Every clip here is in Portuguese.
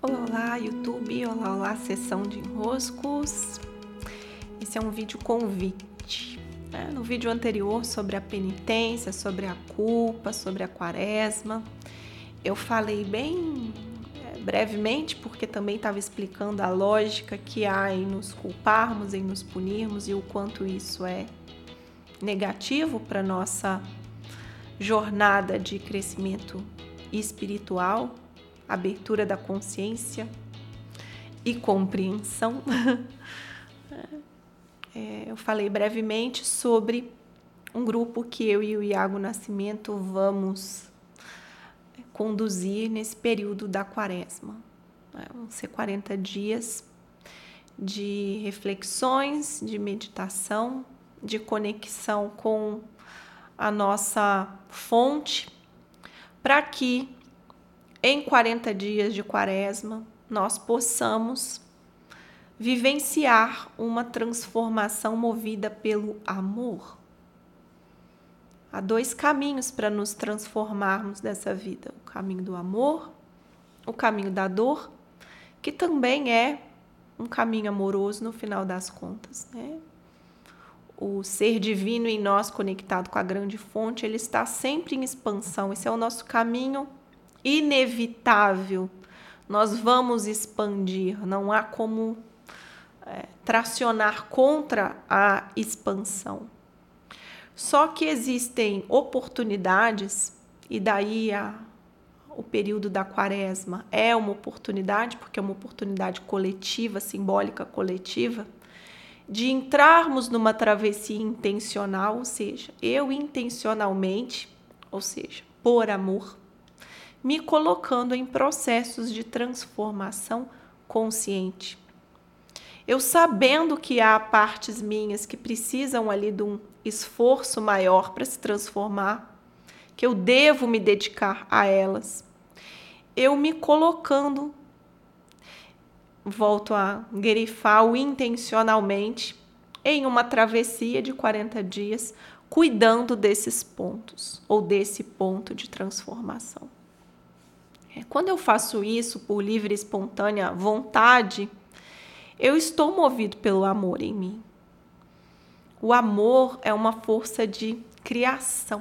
Olá, olá, YouTube, olá, olá, sessão de enroscos. Esse é um vídeo convite. No vídeo anterior sobre a penitência, sobre a culpa, sobre a quaresma, eu falei bem brevemente, porque também estava explicando a lógica que há em nos culparmos, em nos punirmos e o quanto isso é negativo para nossa jornada de crescimento espiritual, abertura da consciência e compreensão. Eu falei brevemente sobre um grupo que eu e o Iago Nascimento vamos conduzir nesse período da quaresma. Vão ser 40 dias de reflexões, de meditação, de conexão com a nossa fonte, para que em 40 dias de quaresma nós possamos vivenciar uma transformação movida pelo amor. Há dois caminhos para nos transformarmos dessa vida: o caminho do amor, o caminho da dor, que também é um caminho amoroso no final das contas, né? O ser divino em nós, conectado com a grande fonte, ele está sempre em expansão. Esse é o nosso caminho inevitável. Nós vamos expandir, não há como tracionar contra a expansão. Só que existem oportunidades, e daí o período da quaresma é uma oportunidade, porque é uma oportunidade coletiva, simbólica coletiva, de entrarmos numa travessia intencional, ou seja, eu intencionalmente, ou seja, por amor, me colocando em processos de transformação consciente. Eu sabendo que há partes minhas que precisam ali de um esforço maior para se transformar, que eu devo me dedicar a elas. Eu me colocando, volto a grifar o intencionalmente, em uma travessia de 40 dias, cuidando desses pontos, ou desse ponto de transformação. Quando eu faço isso por livre e espontânea vontade, eu estou movido pelo amor em mim. O amor é uma força de criação,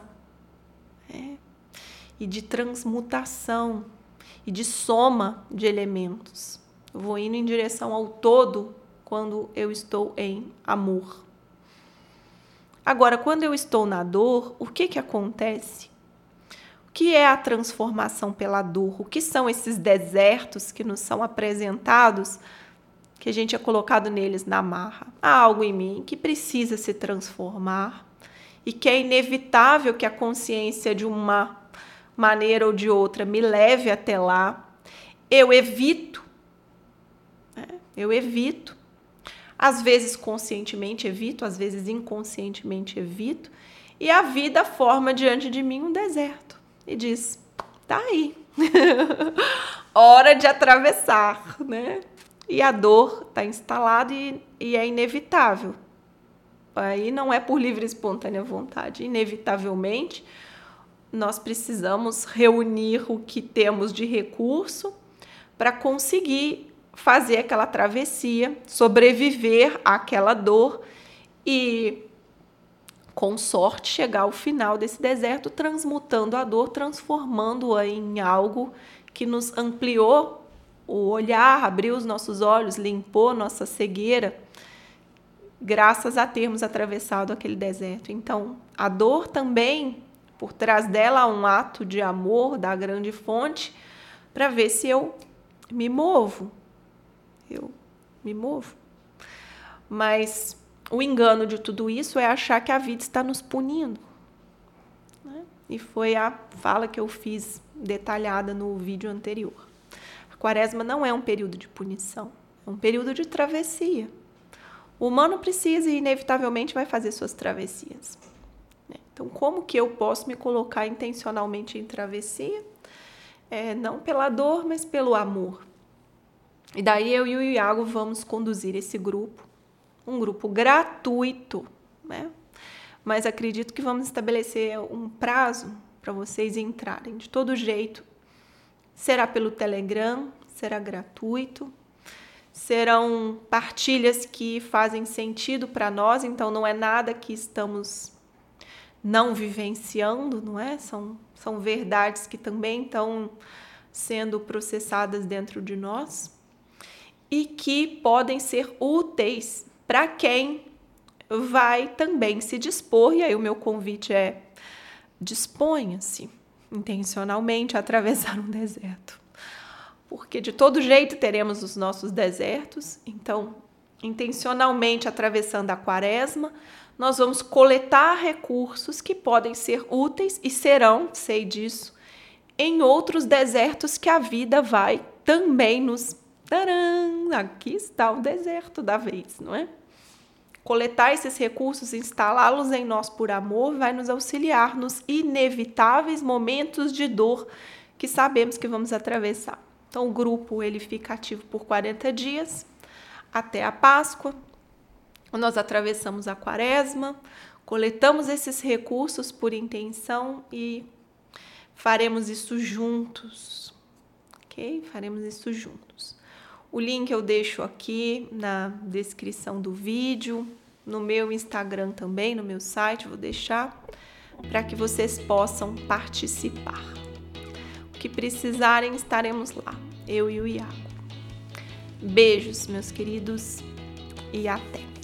e de transmutação, e de soma de elementos. Eu vou indo em direção ao todo quando eu estou em amor. Agora, quando eu estou na dor, o que acontece? O que é a transformação pela dor? O que são esses desertos que nos são apresentados, que a gente é colocado neles na marra? Há algo em mim que precisa se transformar e que é inevitável que a consciência de uma maneira ou de outra me leve até lá. Eu evito. Às vezes conscientemente evito, às vezes inconscientemente evito. E a vida forma diante de mim um deserto e diz, tá aí, hora de atravessar, né? E a dor está instalada e é inevitável. Aí não é por livre e espontânea vontade. Inevitavelmente, nós precisamos reunir o que temos de recurso para conseguir fazer aquela travessia, sobreviver àquela dor e, com sorte, chegar ao final desse deserto, transmutando a dor, transformando-a em algo que nos ampliou o olhar, abriu os nossos olhos, limpou nossa cegueira, graças a termos atravessado aquele deserto. Então, a dor também, por trás dela, há um ato de amor da grande fonte, para ver se eu me movo. Mas o engano de tudo isso é achar que a vida está nos punindo, né? E foi a fala que eu fiz detalhada no vídeo anterior. A quaresma não é um período de punição, é um período de travessia. O humano precisa e inevitavelmente vai fazer suas travessias. Então, como que eu posso me colocar intencionalmente em travessia? Não pela dor, mas pelo amor. E daí eu e o Iago vamos conduzir esse grupo, um grupo gratuito, né? Mas acredito que vamos estabelecer um prazo para vocês entrarem. De todo jeito, será pelo Telegram, será gratuito. Serão partilhas que fazem sentido para nós, então não é nada que estamos não vivenciando, não é? São verdades que também estão sendo processadas dentro de nós e que podem ser úteis para quem vai também se dispor. E aí o meu convite é: disponha-se intencionalmente a atravessar um deserto. Porque de todo jeito teremos os nossos desertos, então, intencionalmente atravessando a quaresma, nós vamos coletar recursos que podem ser úteis e serão, sei disso, em outros desertos que a vida vai também nos... Tcharam! Aqui está o deserto da vez, não é? Coletar esses recursos, instalá-los em nós por amor, vai nos auxiliar nos inevitáveis momentos de dor que sabemos que vamos atravessar. Então, o grupo ele fica ativo por 40 dias, até a Páscoa. Nós atravessamos a quaresma, coletamos esses recursos por intenção e faremos isso juntos, ok? Faremos isso juntos. O link eu deixo aqui na descrição do vídeo, no meu Instagram também, no meu site, vou deixar, para que vocês possam participar. Que precisarem, estaremos lá, eu e o Iago. Beijos, meus queridos, e até!